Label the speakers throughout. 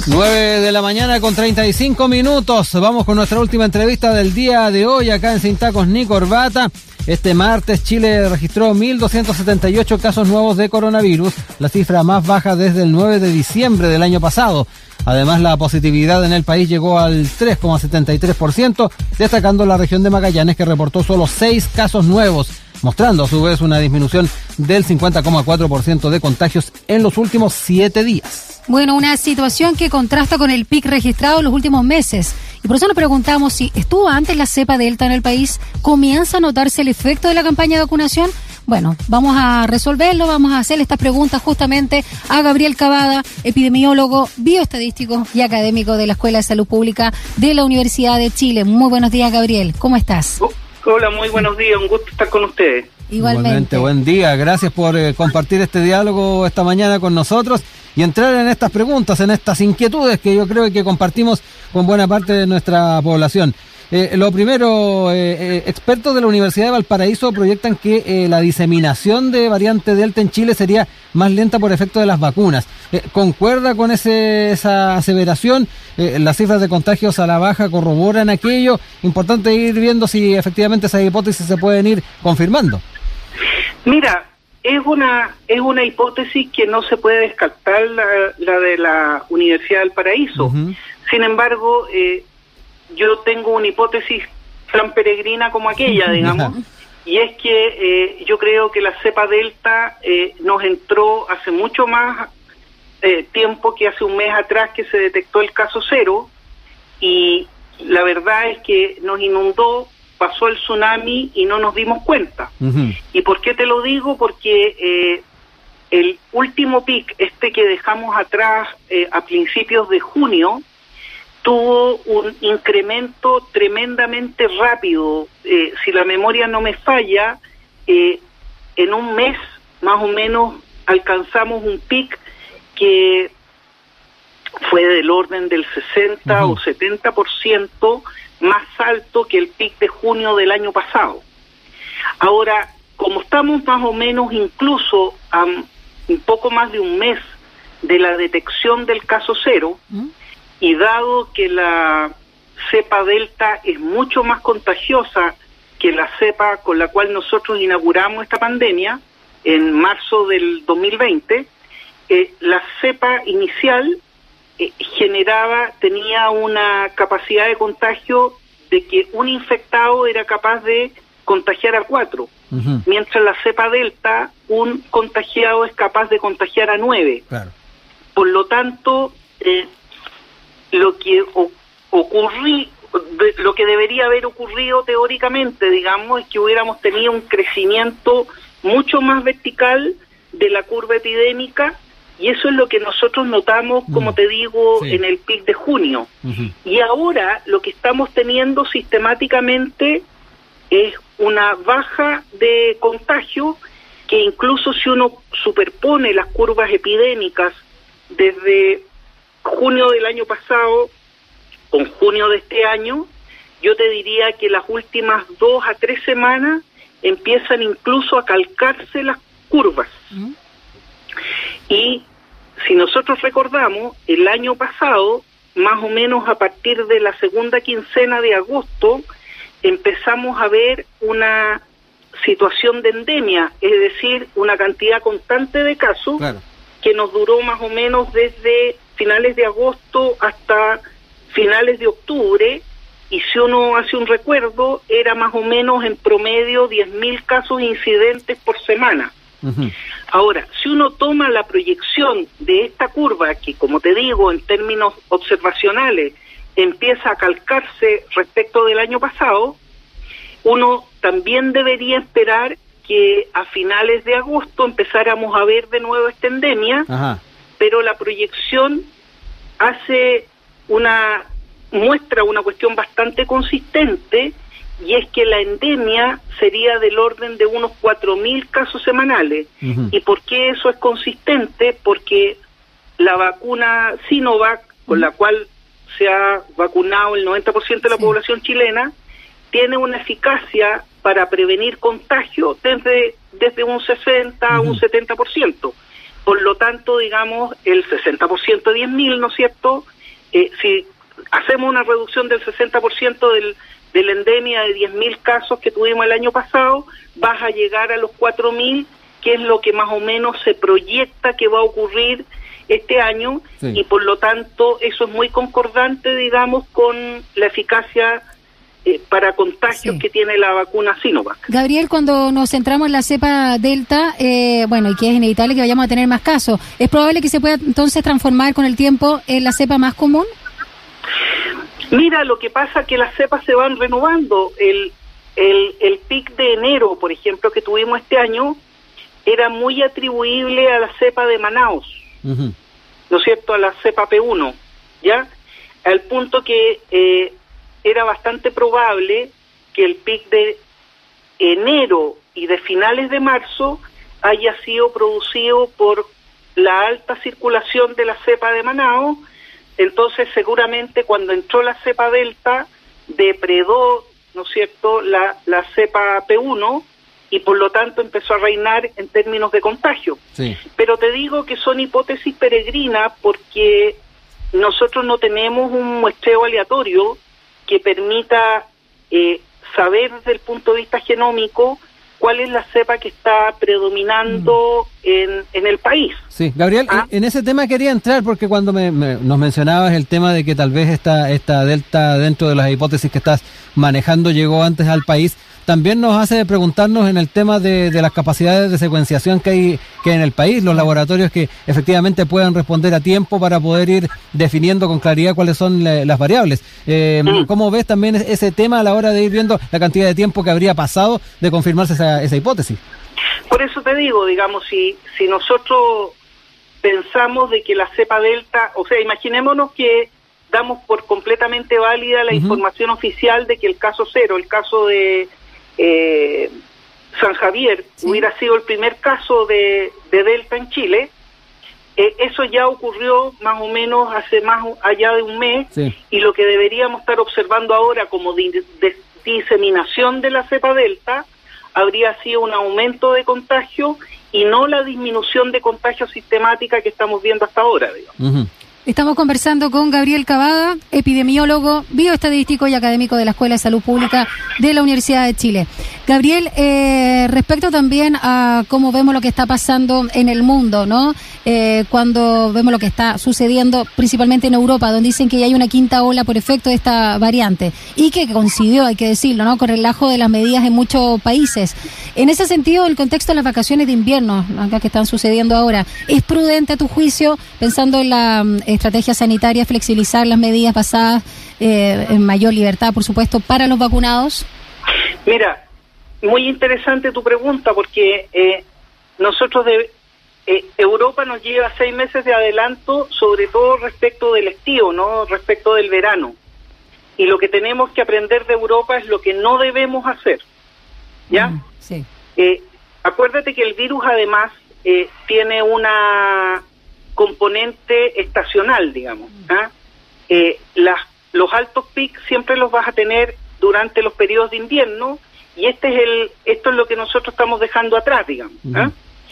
Speaker 1: 9:35 a.m. Vamos con nuestra última entrevista del día de hoy acá en Sin Tacos ni Corbata. Este martes Chile registró 1.278 casos nuevos de coronavirus, la cifra más baja desde el 9 de diciembre del año pasado. Además, la positividad en el país llegó al 3,73%, destacando la región de Magallanes, que reportó solo 6 casos nuevos, mostrando a su vez una disminución del 50,4% de contagios en los últimos 7 días.
Speaker 2: Bueno, una situación que contrasta con el pic registrado en los últimos meses. Y por eso nos preguntamos si estuvo antes la cepa Delta en el país, ¿comienza a notarse el efecto de la campaña de vacunación? Bueno, vamos a resolverlo, vamos a hacer estas preguntas justamente a Gabriel Cavada, epidemiólogo, bioestadístico y académico de la Escuela de Salud Pública de la Universidad de Chile. Muy buenos días, Gabriel, ¿cómo estás?
Speaker 3: Hola, muy buenos días, un gusto estar con ustedes.
Speaker 1: Igualmente, buen día, gracias por compartir este diálogo esta mañana con nosotros y entrar en estas preguntas, en estas inquietudes que yo creo que compartimos con buena parte de nuestra población. Lo primero, expertos de la Universidad de Valparaíso proyectan que la diseminación de variante Delta en Chile sería más lenta por efecto de las vacunas. ¿Concuerda con esa aseveración? ¿Las cifras de contagios a la baja corroboran aquello? Importante ir viendo si efectivamente esas hipótesis se pueden ir confirmando.
Speaker 3: Mira, es una hipótesis que no se puede descartar, la de la Universidad del Paraíso. Uh-huh. Sin embargo, yo tengo una hipótesis tan peregrina como aquella, digamos, y es que yo creo que la cepa Delta nos entró hace mucho más tiempo que hace un mes atrás que se detectó el caso cero, y la verdad es que nos inundó, pasó el tsunami y no nos dimos cuenta. Uh-huh. ¿Y por qué te lo digo? Porque el último pic, que dejamos atrás a principios de junio, tuvo un incremento tremendamente rápido. Si la memoria no me falla, en un mes más o menos alcanzamos un pic que fue del orden del 60 o 70% más alto que el pic de junio del año pasado. Ahora, como estamos más o menos incluso a un poco más de un mes de la detección del caso cero, y dado que la cepa Delta es mucho más contagiosa que la cepa con la cual nosotros inauguramos esta pandemia en marzo del 2020, la cepa inicial tenía una capacidad de contagio de que un infectado era capaz de contagiar a 4, uh-huh. Mientras la cepa Delta, un contagiado es capaz de contagiar a 9. Claro. Por lo tanto, lo que debería haber ocurrido teóricamente, digamos, es que hubiéramos tenido un crecimiento mucho más vertical de la curva epidémica, y eso es lo que nosotros notamos, como te digo, en el pic de junio. Uh-huh. Y ahora lo que estamos teniendo sistemáticamente es una baja de contagio, que incluso si uno superpone las curvas epidémicas desde junio del año pasado con junio de este año, yo te diría que las últimas 2 a 3 semanas empiezan incluso a calcarse las curvas. Uh-huh. Y si nosotros recordamos, el año pasado, más o menos a partir de la segunda quincena de agosto, empezamos a ver una situación de endemia, es decir, una cantidad constante de casos, claro, que nos duró más o menos desde finales de agosto hasta finales de octubre, y si uno hace un recuerdo, era más o menos en promedio 10.000 casos incidentes por semana. Uh-huh. Ahora, si uno toma la proyección de esta curva, que como te digo, en términos observacionales, empieza a calcarse respecto del año pasado, uno también debería esperar que a finales de agosto empezáramos a ver de nuevo esta endemia. Ajá. Pero la proyección muestra una cuestión bastante consistente, y es que la endemia sería del orden de unos 4.000 casos semanales. Uh-huh. ¿Y por qué eso es consistente? Porque la vacuna Sinovac, con la cual se ha vacunado el 90% de la población chilena, tiene una eficacia para prevenir contagio desde un 60 a un 70%. Por lo tanto, digamos, el 60% de 10.000, ¿no es cierto?, si hacemos una reducción del 60% de la endemia de 10.000 casos que tuvimos el año pasado, vas a llegar a los 4.000, que es lo que más o menos se proyecta que va a ocurrir este año, sí. Y por lo tanto eso es muy concordante, digamos, con la eficacia para contagios, sí, que tiene la vacuna Sinovac.
Speaker 2: Gabriel, cuando nos centramos en la cepa Delta, bueno, y que es inevitable que vayamos a tener más casos, ¿es probable que se pueda entonces transformar con el tiempo en la cepa más común?
Speaker 3: Mira, lo que pasa es que las cepas se van renovando. El pic de enero, por ejemplo, que tuvimos este año, era muy atribuible a la cepa de Manaus, uh-huh, ¿no es cierto?, a la cepa P1, ¿ya? Al punto que era bastante probable que el pic de enero y de finales de marzo haya sido producido por la alta circulación de la cepa de Manaus. Entonces seguramente cuando entró la cepa Delta depredó, ¿no es cierto?, la cepa P1, y por lo tanto empezó a reinar en términos de contagio. Sí. Pero te digo que son hipótesis peregrinas porque nosotros no tenemos un muestreo aleatorio que permita saber desde el punto de vista genómico cuál es la cepa que está predominando en el país.
Speaker 1: Sí, Gabriel, en ese tema quería entrar porque cuando nos mencionabas el tema de que tal vez esta Delta, dentro de las hipótesis que estás manejando, llegó antes al país, también nos hace preguntarnos en el tema de las capacidades de secuenciación que hay en el país, los laboratorios que efectivamente puedan responder a tiempo para poder ir definiendo con claridad cuáles son las variables. ¿Cómo ves también ese tema a la hora de ir viendo la cantidad de tiempo que habría pasado de confirmarse esa hipótesis?
Speaker 3: Por eso te digo, digamos, si nosotros pensamos de que la cepa Delta, o sea, imaginémonos que damos por completamente válida la, uh-huh, información oficial de que el caso cero, el caso de San Javier, sí, hubiera sido el primer caso de Delta en Chile. Eso ya ocurrió más o menos hace más allá de un mes, sí, y lo que deberíamos estar observando ahora como diseminación de la cepa Delta habría sido un aumento de contagio y no la disminución de contagio sistemática que estamos viendo hasta ahora, digamos.
Speaker 2: Uh-huh. Estamos conversando con Gabriel Cavada, epidemiólogo, bioestadístico y académico de la Escuela de Salud Pública de la Universidad de Chile. Gabriel, respecto también a cómo vemos lo que está pasando en el mundo, ¿no? Cuando vemos lo que está sucediendo principalmente en Europa, donde dicen que ya hay una quinta ola por efecto de esta variante y que coincidió, hay que decirlo, ¿no?, con el relajo de las medidas en muchos países. En ese sentido, el contexto de las vacaciones de invierno, acá que están sucediendo ahora, ¿es prudente a tu juicio, pensando en la estrategia sanitaria, flexibilizar las medidas basadas en mayor libertad, por supuesto, para los vacunados?
Speaker 3: Mira, muy interesante tu pregunta, porque nosotros Europa nos lleva 6 meses de adelanto, sobre todo respecto del estío, ¿no?, respecto del verano. Y lo que tenemos que aprender de Europa es lo que no debemos hacer, ¿ya? Sí. Acuérdate que el virus además tiene una componente estacional, digamos. Los altos pics siempre los vas a tener durante los periodos de invierno, y esto es lo que nosotros estamos dejando atrás, digamos. Uh-huh.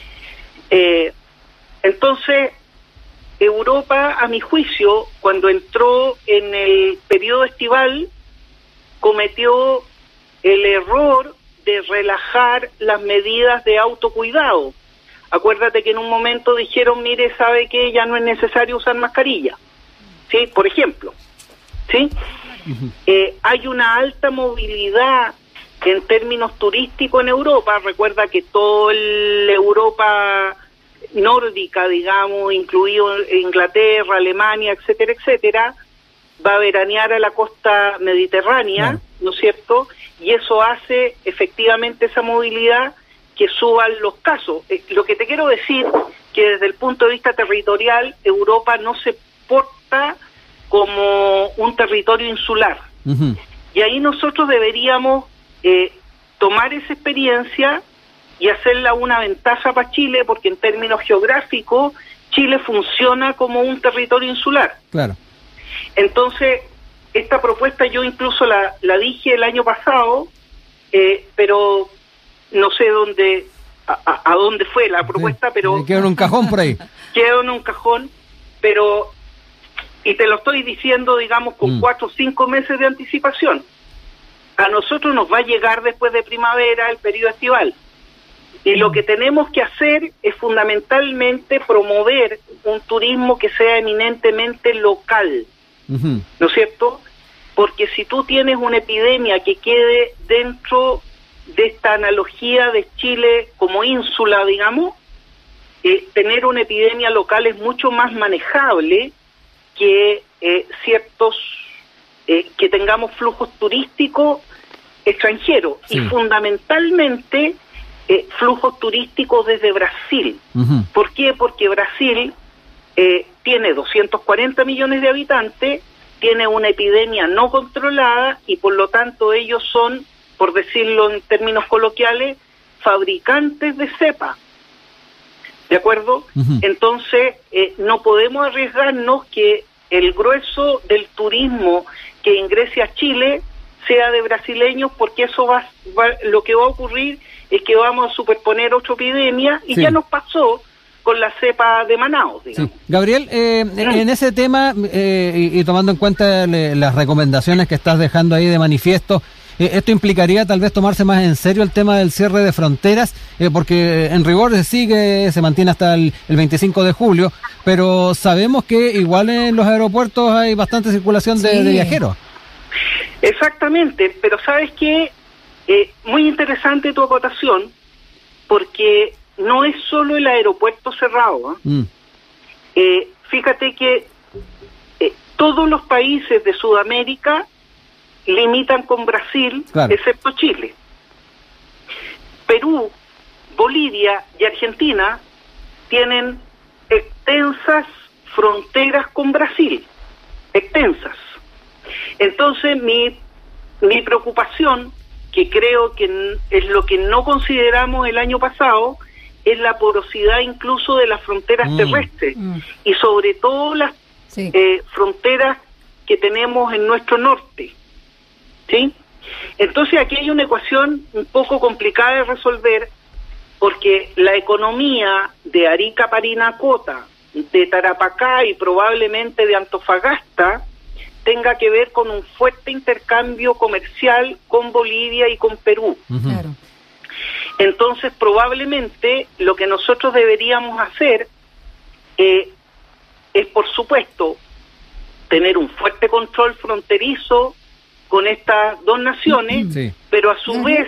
Speaker 3: Entonces, Europa, a mi juicio, cuando entró en el periodo estival, cometió el error de relajar las medidas de autocuidado. Acuérdate que en un momento dijeron, mire, ¿sabe qué? Ya no es necesario usar mascarilla, ¿sí? Por ejemplo, ¿sí? Uh-huh. Hay una alta movilidad en términos turísticos en Europa. Recuerda que toda la Europa nórdica, digamos, incluido Inglaterra, Alemania, etcétera, etcétera, va a veranear a la costa mediterránea, ¿no es cierto? Y eso hace efectivamente esa movilidad que suban los casos. Lo que te quiero decir, que desde el punto de vista territorial, Europa no se porta como un territorio insular. Uh-huh. Y ahí nosotros deberíamos tomar esa experiencia y hacerla una ventaja para Chile, porque en términos geográficos, Chile funciona como un territorio insular. Claro. Entonces, esta propuesta yo incluso la dije el año pasado, pero no sé dónde a dónde fue la propuesta, pero...
Speaker 1: Quedó en un cajón por ahí.
Speaker 3: Quedó en un cajón, pero Y te lo estoy diciendo, digamos, con 4 o 5 meses de anticipación. A nosotros nos va a llegar después de primavera el periodo estival. Y lo que tenemos que hacer es fundamentalmente promover un turismo que sea eminentemente local, ¿no es cierto? Porque si tú tienes una epidemia que quede dentro de esta analogía de Chile como ínsula, digamos, tener una epidemia local es mucho más manejable que que tengamos flujos turísticos extranjeros y fundamentalmente flujos turísticos desde Brasil. ¿Por qué? Porque Brasil tiene 240 millones de habitantes, tiene una epidemia no controlada y por lo tanto ellos son, por decirlo en términos coloquiales, fabricantes de cepa. ¿De acuerdo? Entonces, no podemos arriesgarnos que el grueso del turismo que ingrese a Chile sea de brasileños, porque eso lo que va a ocurrir es que vamos a superponer otra epidemia y ya nos pasó con la cepa de Manaus, digamos.
Speaker 1: Sí. Gabriel, en ese tema, y tomando en cuenta las recomendaciones que estás dejando ahí de manifiesto, ¿esto implicaría tal vez tomarse más en serio el tema del cierre de fronteras? Porque en rigor se mantiene hasta el 25 de julio, pero sabemos que igual en los aeropuertos hay bastante circulación de viajeros.
Speaker 3: Exactamente, pero ¿sabes qué? Muy interesante tu acotación, porque no es solo el aeropuerto cerrado. Fíjate que todos los países de Sudamérica limitan con Brasil, excepto Chile. Perú, Bolivia y Argentina tienen extensas fronteras con Brasil, extensas. Entonces mi preocupación, que creo que es lo que no consideramos el año pasado, es la porosidad incluso de las fronteras terrestres y sobre todo las fronteras que tenemos en nuestro norte. ¿Sí? Entonces aquí hay una ecuación un poco complicada de resolver, porque la economía de Arica, Parinacota, de Tarapacá y probablemente de Antofagasta tenga que ver con un fuerte intercambio comercial con Bolivia y con Perú.
Speaker 2: Claro.
Speaker 3: Entonces probablemente lo que nosotros deberíamos hacer es, por supuesto, tener un fuerte control fronterizo con estas dos naciones, pero a su vez,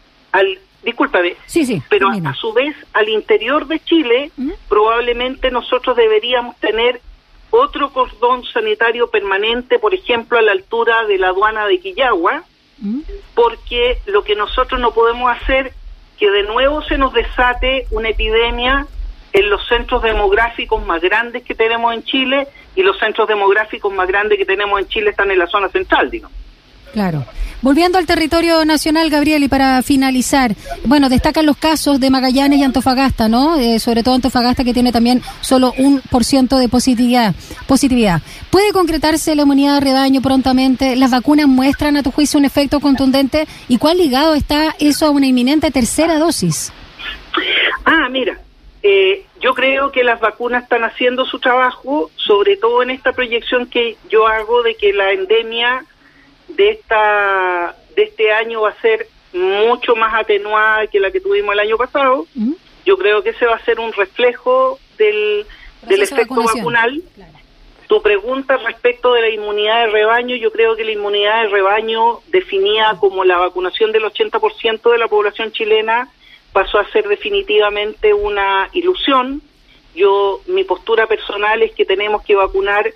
Speaker 3: pero a su vez al interior de Chile, probablemente nosotros deberíamos tener otro cordón sanitario permanente, por ejemplo, a la altura de la aduana de Quillagua, porque lo que nosotros no podemos hacer que de nuevo se nos desate una epidemia en los centros demográficos más grandes que tenemos en Chile, y los centros demográficos más grandes que tenemos en Chile están en la zona central, digamos.
Speaker 2: Claro. Volviendo al territorio nacional, Gabriel, y para finalizar, bueno, destacan los casos de Magallanes y Antofagasta, ¿no? Sobre todo Antofagasta, que tiene también solo 1% de positividad. ¿Puede concretarse la inmunidad de rebaño prontamente? ¿Las vacunas muestran, a tu juicio, un efecto contundente? ¿Y cuál ligado está eso a una inminente tercera dosis?
Speaker 3: Mira, yo creo que las vacunas están haciendo su trabajo, sobre todo en esta proyección que yo hago de que la endemia de este año va a ser mucho más atenuada que la que tuvimos el año pasado. Yo creo que ese va a ser un reflejo del efecto vacunal. Claro. Tu pregunta respecto de la inmunidad de rebaño, yo creo que la inmunidad de rebaño, definida como la vacunación del 80% de la población chilena, pasó a ser definitivamente una ilusión. Mi postura personal es que tenemos que vacunar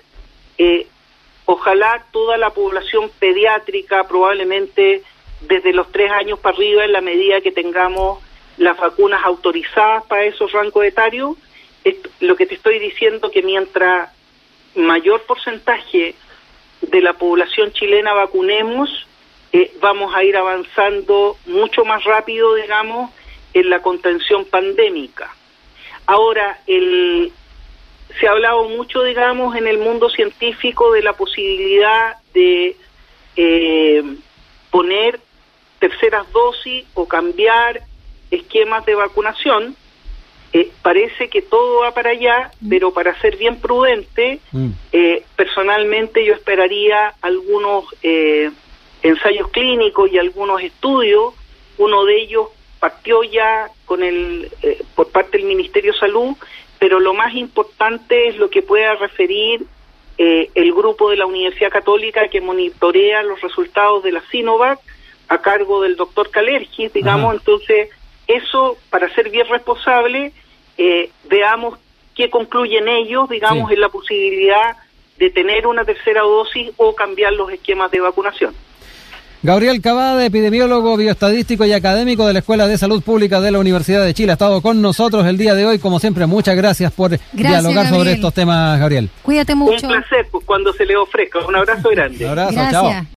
Speaker 3: ojalá toda la población pediátrica, probablemente desde los 3 años para arriba, en la medida que tengamos las vacunas autorizadas para esos rangos etarios. Lo que te estoy diciendo, que mientras mayor porcentaje de la población chilena vacunemos, vamos a ir avanzando mucho más rápido, digamos, en la contención pandémica. Ahora, se ha hablado mucho, digamos, en el mundo científico de la posibilidad de poner terceras dosis o cambiar esquemas de vacunación. Parece que todo va para allá, pero para ser bien prudente, personalmente yo esperaría algunos ensayos clínicos y algunos estudios. Uno de ellos partió ya con por parte del Ministerio de Salud, pero lo más importante es lo que pueda referir el grupo de la Universidad Católica que monitorea los resultados de la Sinovac a cargo del doctor Calergis, digamos. Ajá. Entonces, eso, para ser bien responsable, veamos qué concluyen ellos, digamos, en la posibilidad de tener una tercera dosis o cambiar los esquemas de vacunación.
Speaker 1: Gabriel Cavada, epidemiólogo, bioestadístico y académico de la Escuela de Salud Pública de la Universidad de Chile, ha estado con nosotros el día de hoy. Como siempre, muchas gracias por dialogar, Gabriel, sobre estos temas, Gabriel.
Speaker 2: Cuídate mucho.
Speaker 3: Un placer, pues, cuando se le ofrezca. Un abrazo grande.
Speaker 1: Un abrazo, chao.